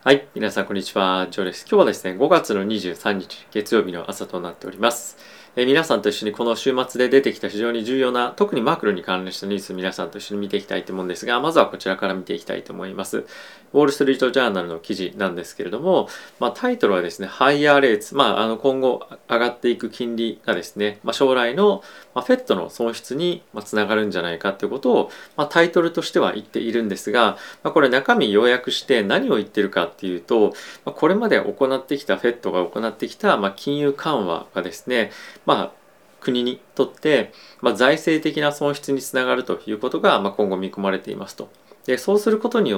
はい、皆さんこんにちは、ジョーです。今日はですね、5月の23日、月曜日の朝となっております。皆さんと一緒にこの週末で出てきた非常に重要な、特にマクロに関連したニュース、皆さんと一緒に見ていきたいと思うんですが、まずはこちらから見ていきたいと思います。ウォール・ストリート・ジャーナルの記事なんですけれども、タイトルはですね、ハイヤーレーツ、今後上がっていく金利がですね、将来のフェットの損失につながるんじゃないかということを、タイトルとしては言っているんですが、これ中身要約して何を言ってるかっていうと、これまで行ってきたフェットが行ってきた金融緩和がですね、国にとって、財政的な損失につながるということが、今後見込まれていますと。で、そうすることによって、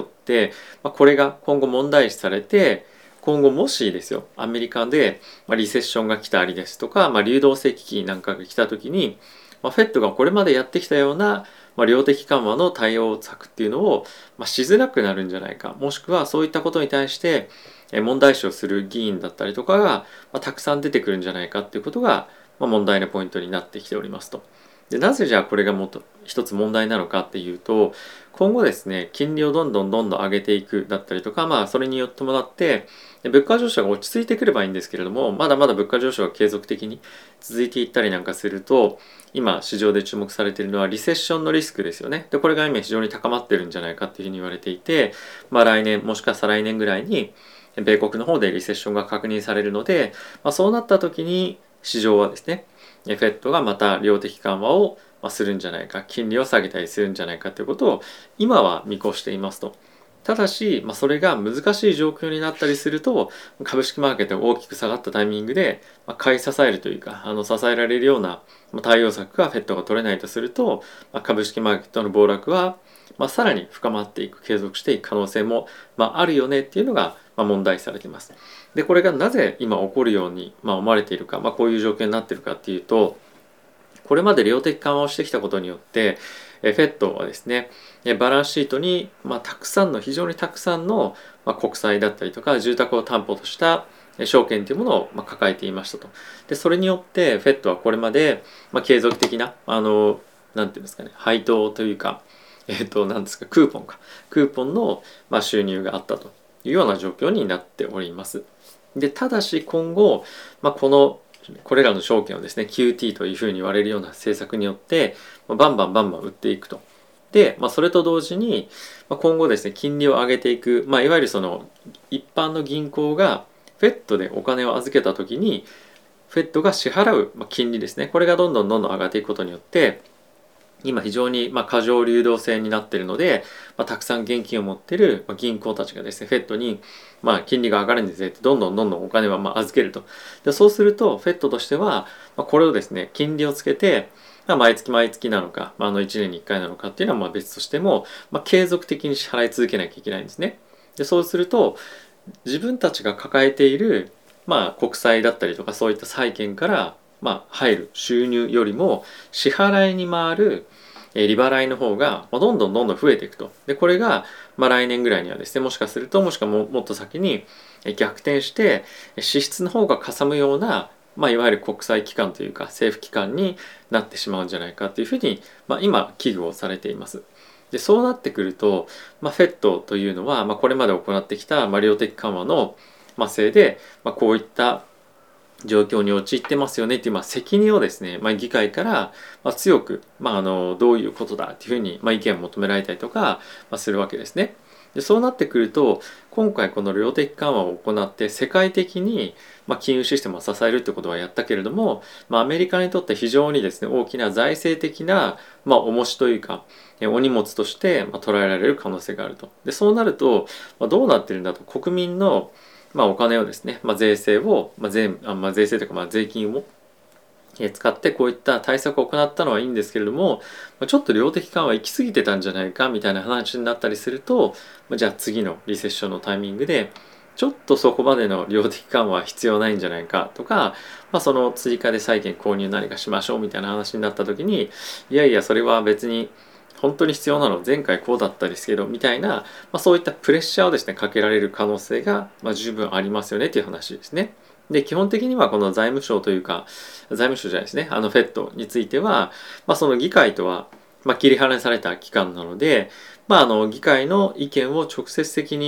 これが今後問題視されて、今後もしですよ、アメリカでリセッションが来たりですとか、流動性危機なんかが来た時に、フェットがこれまでやってきたような、量的緩和の対応策っていうのを、しづらくなるんじゃないか、もしくはそういったことに対して問題視をする議員だったりとかが、たくさん出てくるんじゃないかっていうことが、問題のポイントになってきておりますと。で、なぜじゃあこれがもっと一つ問題なのかっていうと、今後ですね、金利をどんどん上げていくだったりとか、それによってもらって物価上昇が落ち着いてくればいいんですけれども、まだまだ物価上昇が継続的に続いていったりなんかすると、今市場で注目されているのはリセッションのリスクですよね。で、これが今非常に高まってるんじゃないかっていうふうに言われていて、来年もしくは再来年ぐらいに米国の方でリセッションが確認されるので、そうなった時に市場はですね、フェットがまた量的緩和をするんじゃないか、金利を下げたりするんじゃないかということを今は見越していますと。ただし、それが難しい状況になったりすると、株式マーケットが大きく下がったタイミングで、買い支えるというか、支えられるような対応策がフェットが取れないとすると、株式マーケットの暴落は、さらに深まっていく、継続していく可能性も、あるよねっていうのが、問題視されています。で、これがなぜ今起こるように、思われているか、こういう状況になっているかっていうと、これまで量的緩和をしてきたことによって、フェットはですね、バランスシートに、非常にたくさんの、国債だったりとか、住宅を担保とした証券というものを、抱えていましたと。で、それによって、フェットはこれまで、継続的な、なんていうんですかね、配当というか、何ですか、クーポンの、収入があったというような状況になっております。で、ただし今後、これらの証券をですね QT というふうに言われるような政策によってバンバン売っていくと。で、それと同時に今後ですね金利を上げていく、いわゆるその一般の銀行がフェットでお金を預けた時にフェットが支払う金利ですね、これがどんどん上がっていくことによって今非常に過剰流動性になっているので、たくさん現金を持っている銀行たちがですねフェットに金利が上がるんですねってどんどんお金は預けると。で、そうするとフェットとしてはこれをですね金利をつけて毎月なのか、1年に1回なのかっていうのは別としても、継続的に支払い続けなきゃいけないんですね。で、そうすると自分たちが抱えている国債だったりとかそういった債券から入る収入よりも支払いに回る利払いの方がどんどん増えていくと。で、これが来年ぐらいにはですね、もしくはもっと先に逆転して支出の方がかさむような、いわゆる国際機関というか政府機関になってしまうんじゃないかというふうに、今危惧をされています。で、そうなってくると、フェットというのは、これまで行ってきた量的緩和のせいで、こういった状況に陥ってますよねっていう、責任をですね、議会から、強く、どういうことだっていうふうに、意見を求められたりとか、するわけですね。で、そうなってくると今回この量的緩和を行って世界的に、金融システムを支えるってことはやったけれども、アメリカにとって非常にですね大きな財政的な、重しというかお荷物として、捉えられる可能性があると。で、そうなると、どうなってるんだと、国民のお金をですね、税制を、税制というか税金を使ってこういった対策を行ったのはいいんですけれども、ちょっと量的緩和行き過ぎてたんじゃないかみたいな話になったりすると、じゃあ次のリセッションのタイミングでちょっとそこまでの量的緩和は必要ないんじゃないかとか、その追加で債券購入何かしましょうみたいな話になった時に、いやいやそれは別に本当に必要なの前回こうだったですけどみたいな、そういったプレッシャーをですねかけられる可能性が十分ありますよねという話ですね。で、基本的にはこの財務省というか、財務省じゃないですね、フェットについては、その議会とは、切り離された機関なので、議会の意見を直接的に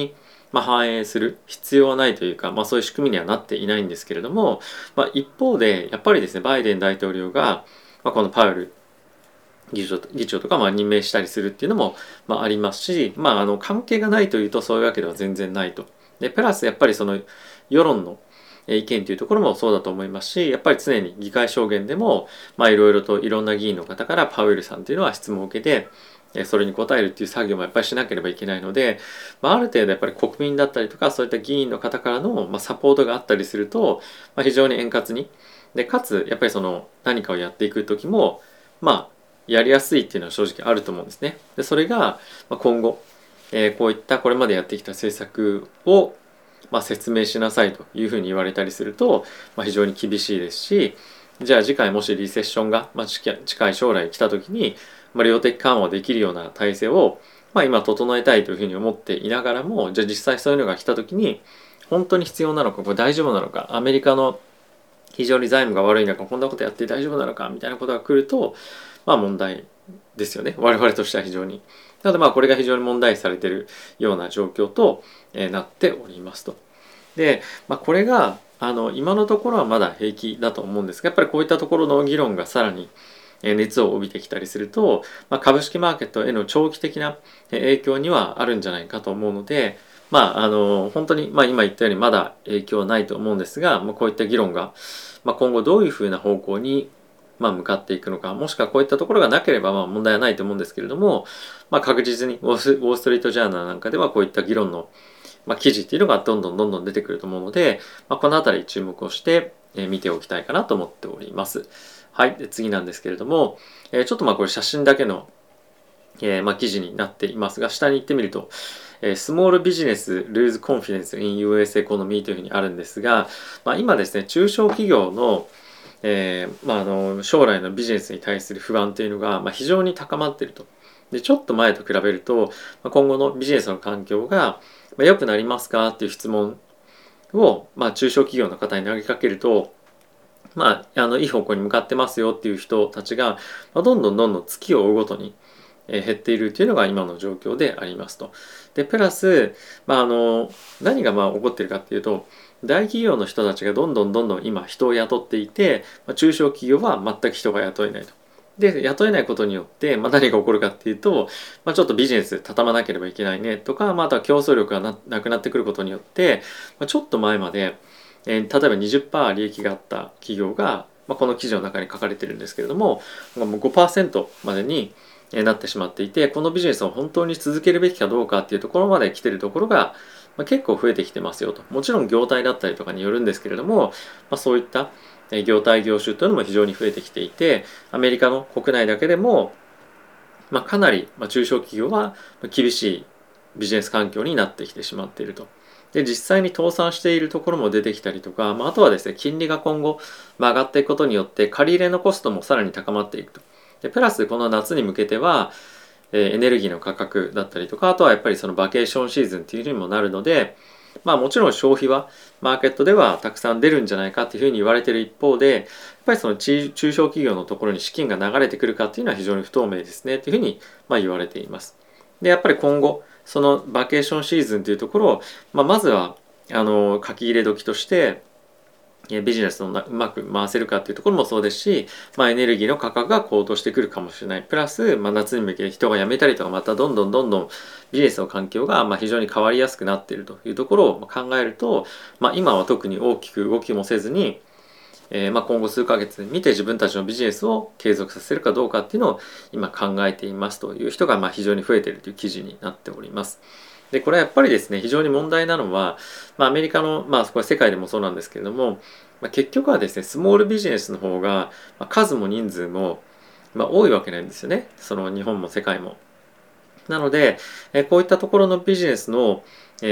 反映する必要はないというか、そういう仕組みにはなっていないんですけれども、一方でやっぱりですね、バイデン大統領が、このパウエル議長とか任命したりするっていうのもありますし、関係がないというとそういうわけでは全然ないと。でプラスやっぱりその世論の意見というところもそうだと思いますし、やっぱり常に議会証言でもいろいろといろんな議員の方からパウエルさんというのは質問を受けて、それに答えるっていう作業もやっぱりしなければいけないので、ある程度やっぱり国民だったりとかそういった議員の方からのサポートがあったりすると、非常に円滑にで、かつやっぱりその何かをやっていく時もやりやすいっていうのは正直あると思うんですね。でそれが今後、こういったこれまでやってきた政策を説明しなさいというふうに言われたりすると、非常に厳しいですし、じゃあ次回もしリセッションが、近い将来来た時に、量的緩和できるような体制を、今整えたいというふうに思っていながらも、じゃあ実際そういうのが来た時に本当に必要なのか、これ大丈夫なのか、アメリカの非常に財務が悪い中こんなことやって大丈夫なのかみたいなことが来ると、問題ですよね、我々としては非常に。なのでこれが非常に問題視されているような状況となっておりますと。で、これが今のところはまだ平気だと思うんですが、やっぱりこういったところの議論がさらに熱を帯びてきたりすると、株式マーケットへの長期的な影響にはあるんじゃないかと思うので、本当に今言ったようにまだ影響はないと思うんですが、こういった議論が今後どういうふうな方向に向かっていくのか、もしくはこういったところがなければ問題はないと思うんですけれども、確実にウォール・ストリート・ジャーナルなんかではこういった議論の記事っていうのがどんどん出てくると思うので、このあたり注目をして見ておきたいかなと思っております。はい、で次なんですけれども、ちょっとこれ写真だけの記事になっていますが、下に行ってみると、スモールビジネス lose confidence in US economy というふうにあるんですが、今ですね、中小企業の将来のビジネスに対する不安というのが非常に高まっていると。でちょっと前と比べると今後のビジネスの環境が良くなりますかっていう質問を中小企業の方に投げかけると、いい方向に向かってますよっていう人たちがどんどん月を追うごとに減っているというのが今の状況でありますと。でプラス、何が起こっているかっていうと、大企業の人たちがどんどん今人を雇っていて、中小企業は全く人が雇えないと。で雇えないことによって、何が起こるかっていうと、ちょっとビジネス畳まなければいけないねとか、あとは競争力がなくなってくることによって、ちょっと前まで、例えば 20% 利益があった企業が、この記事の中に書かれてるんですけれども、もう 5% までになってしまっていて、このビジネスを本当に続けるべきかどうかっていうところまで来てるところが、結構増えてきてますよと。もちろん業態だったりとかによるんですけれども、そういった業態業種というのも非常に増えてきていて、アメリカの国内だけでも、かなり中小企業は厳しいビジネス環境になってきてしまっていると。で実際に倒産しているところも出てきたりとか、あとはですね、金利が今後上がっていくことによって借り入れのコストもさらに高まっていくと。でプラスこの夏に向けてはエネルギーの価格だったりとか、あとはやっぱりそのバケーションシーズンっていうふうにもなるので、もちろん消費はマーケットではたくさん出るんじゃないかっていうふうに言われている一方で、やっぱりその中小企業のところに資金が流れてくるかっていうのは非常に不透明ですねっていうふうに言われています。でやっぱり今後そのバケーションシーズンというところを、まずは書き入れ時としてビジネスをうまく回せるかっていうところもそうですし、エネルギーの価格が高騰してくるかもしれない。プラス、夏に向けて人が辞めたりとか、またどんどんビジネスの環境が非常に変わりやすくなっているというところを考えると、今は特に大きく動きもせずに、今後数ヶ月見て自分たちのビジネスを継続させるかどうかっていうのを今考えていますという人が非常に増えているという記事になっております。でこれはやっぱりですね、非常に問題なのは、アメリカのこれ世界でもそうなんですけれども、結局はですね、スモールビジネスの方が数も人数も多いわけなんですよね、その日本も世界も。なのでこういったところのビジネスの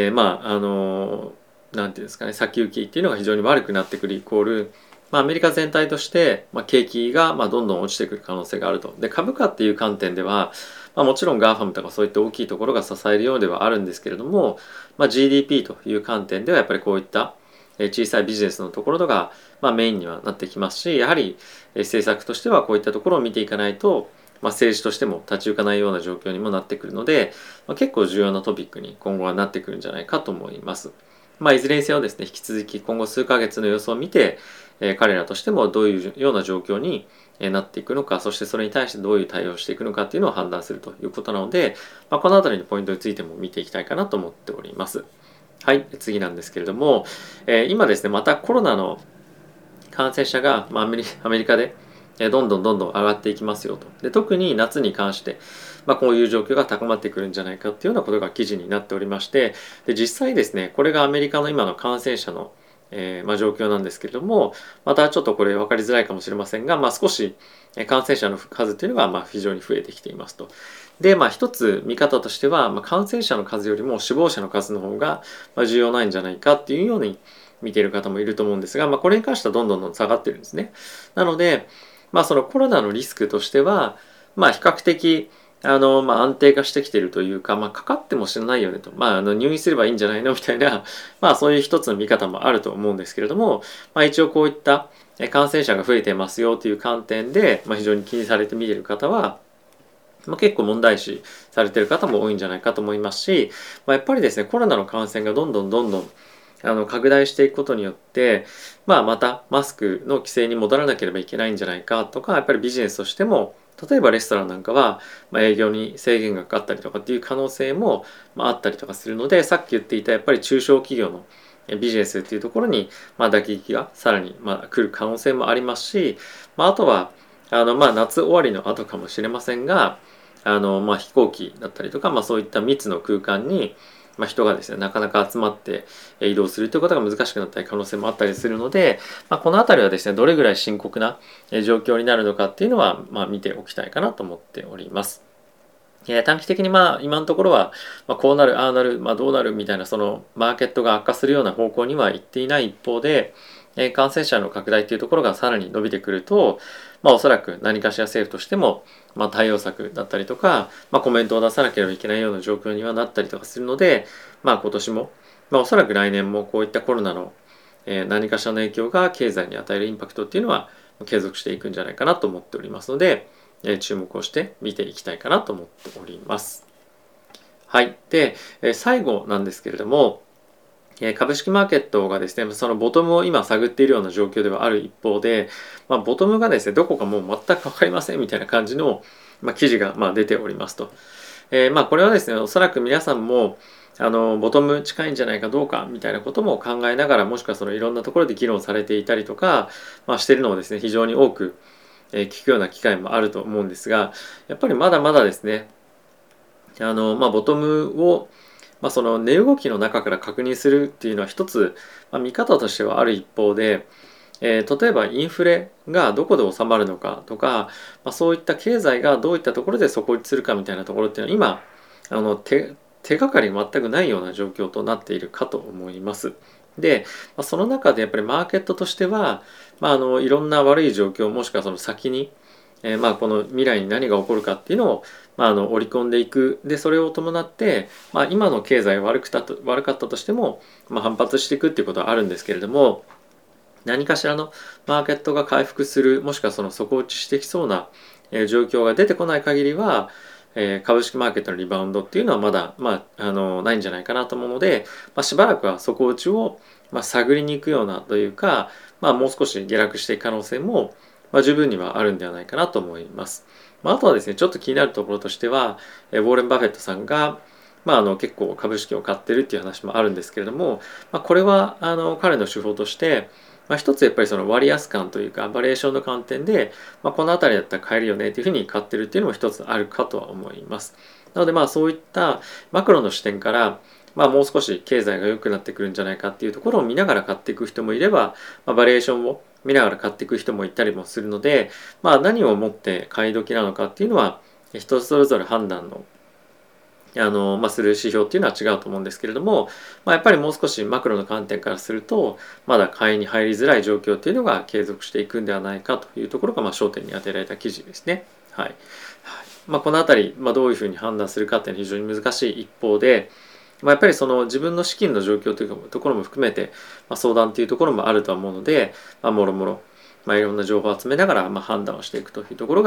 なんていうんですかね、先行きっていうのが非常に悪くなってくるイコール、アメリカ全体として景気がどんどん落ちてくる可能性があると。で株価っていう観点ではもちろん GAFAM とかそういった大きいところが支えるようではあるんですけれども、GDP という観点ではやっぱりこういった小さいビジネスのところがメインにはなってきますし、やはり政策としてはこういったところを見ていかないと政治としても立ち行かないような状況にもなってくるので、結構重要なトピックに今後はなってくるんじゃないかと思います。いずれにせよですね、引き続き今後数ヶ月の様子を見て、彼らとしてもどういうような状況になっていくのか、そしてそれに対してどういう対応をしていくのかっていうのを判断するということなので、この辺りのポイントについても見ていきたいかなと思っております。はい、次なんですけれども、今ですね、またコロナの感染者が、アメリカでどんどん上がっていきますよと。で、特に夏に関して、こういう状況が高まってくるんじゃないかっていうようなことが記事になっておりまして、で実際ですね、これがアメリカの今の感染者の状況なんですけれども、またちょっとこれ分かりづらいかもしれませんが、少し感染者の数というのが非常に増えてきていますと。で、一つ見方としては、感染者の数よりも死亡者の数の方が重要なんじゃないかっていうように見ている方もいると思うんですが、これに関してはどんどん下がってるんですね。なので、そのコロナのリスクとしては、比較的安定化してきているというか、かかっても死なないよねと、入院すればいいんじゃないのみたいな、そういう一つの見方もあると思うんですけれども、一応こういった感染者が増えてますよという観点で、非常に気にされて見ている方は、結構問題視されている方も多いんじゃないかと思いますし、やっぱりですね、コロナの感染がどんどん拡大していくことによって、またマスクの規制に戻らなければいけないんじゃないかとか、やっぱりビジネスとしても、例えばレストランなんかは、営業に制限がかかったりとかっていう可能性も、あったりとかするので、さっき言っていたやっぱり中小企業のビジネスっていうところに、打撃がさらに、来る可能性もありますし、あとは夏終わりの後かもしれませんが、飛行機だったりとか、そういった密の空間に、人がですね、なかなか集まって移動するということが難しくなったり可能性もあったりするので、この辺りはですね、どれぐらい深刻な状況になるのかっていうのは、見ておきたいかなと思っております。短期的に今のところは、こうなるああなる、どうなるみたいなそのマーケットが悪化するような方向には行っていない一方で、感染者の拡大っていうところがさらに伸びてくると、おそらく何かしら政府としても、対応策だったりとか、コメントを出さなければいけないような状況にはなったりとかするので、今年も、おそらく来年もこういったコロナの、何かしらの影響が経済に与えるインパクトっていうのは継続していくんじゃないかなと思っておりますので、注目をして見ていきたいかなと思っております。はい。で、最後なんですけれども、株式マーケットがですね、そのボトムを今探っているような状況ではある一方で、ボトムがですね、どこかもう全く分かりませんみたいな感じの、記事が出ておりますと。これはですね、おそらく皆さんもボトム近いんじゃないかどうかみたいなことも考えながら、もしくはそのいろんなところで議論されていたりとか、しているのをですね、非常に多く聞くような機会もあると思うんですが、やっぱりまだまだですね、ボトムをその値動きの中から確認するっていうのは一つ、見方としてはある一方で、例えばインフレがどこで収まるのかとか、そういった経済がどういったところで底打ちするかみたいなところっていうのは今手がかり全くないような状況となっているかと思います。で、その中でやっぱりマーケットとしては、いろんな悪い状況もしくはその先にこの未来に何が起こるかっていうのを、織り込んでいく。でそれを伴って、今の経済悪かったとしても、反発していくっていうことはあるんですけれども、何かしらのマーケットが回復する、もしくはその底打ちしてきそうな状況が出てこない限りは、株式マーケットのリバウンドっていうのはまだ、ないんじゃないかなと思うので、しばらくは底打ちを、探りに行くようなというか、もう少し下落していく可能性も、十分にはあるんではないかなと思います。あとはですね、ちょっと気になるところとしては、ウォーレン・バフェットさんが、結構株式を買ってるっていう話もあるんですけれども、これは彼の手法として、一つやっぱりその割安感というかバリエーションの観点で、この辺りだったら買えるよねっていうふうに買ってるっていうのも一つあるかとは思います。なのでそういったマクロの視点から、もう少し経済が良くなってくるんじゃないかっていうところを見ながら買っていく人もいれば、バリエーションを見ながら買っていく人もいたりもするので、何をもって買い時なのかっていうのは人それぞれ判断のする指標っていうのは違うと思うんですけれども、やっぱりもう少しマクロの観点からするとまだ買いに入りづらい状況っていうのが継続していくんではないかというところが焦点に当てられた記事ですね。はい。このあたり、どういうふうに判断するかっていうのは非常に難しい一方で、やっぱりその自分の資金の状況というところも含めて、相談というところもあるとは思うので、もろもろいろんな情報を集めながら判断をしていくというところが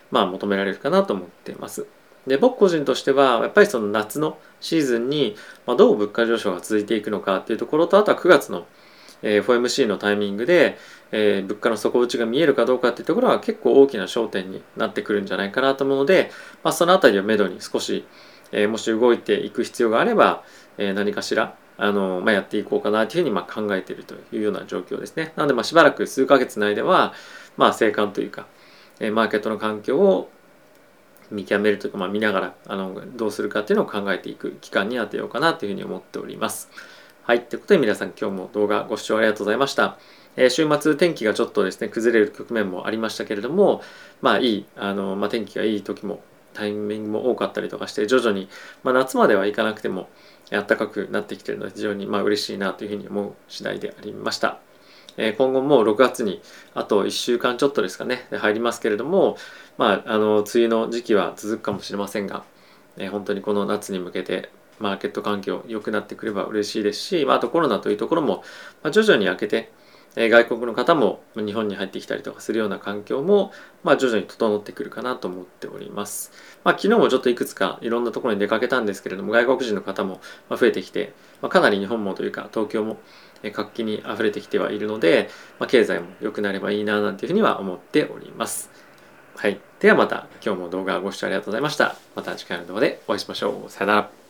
求められるかなと思っています。で、僕個人としてはやっぱりその夏のシーズンにどう物価上昇が続いていくのかっていうところと、あとは9月のFOMC のタイミングで、物価の底打ちが見えるかどうかっていうところは結構大きな焦点になってくるんじゃないかなと思うので、そのあたりをめどに少し、もし動いていく必要があれば、何かしらやっていこうかなというふうに考えているというような状況ですね。なのでしばらく数ヶ月の間は静観というか、マーケットの環境を見極めるというか、見ながらどうするかっていうのを考えていく期間に当てようかなというふうに思っております。はい、ということで皆さん今日も動画ご視聴ありがとうございました。週末天気がちょっとですね崩れる局面もありましたけれども、いい天気がいい時もタイミングも多かったりとかして徐々に、夏まではいかなくても暖かくなってきているので非常に嬉しいなというふうに思う次第でありました。今後も6月にあと1週間ちょっとですかね入りますけれども、梅雨の時期は続くかもしれませんが、本当にこの夏に向けてマーケット環境良くなってくれば嬉しいですし、あとコロナというところも徐々に明けて、外国の方も日本に入ってきたりとかするような環境も徐々に整ってくるかなと思っております。昨日もちょっといくつかいろんなところに出かけたんですけれども、外国人の方も増えてきて、かなり日本もというか東京も活気にあふれてきてはいるので、経済も良くなればいいななんていうふうには思っております。はい。ではまた今日も動画をご視聴ありがとうございました。また次回の動画でお会いしましょう。さよなら。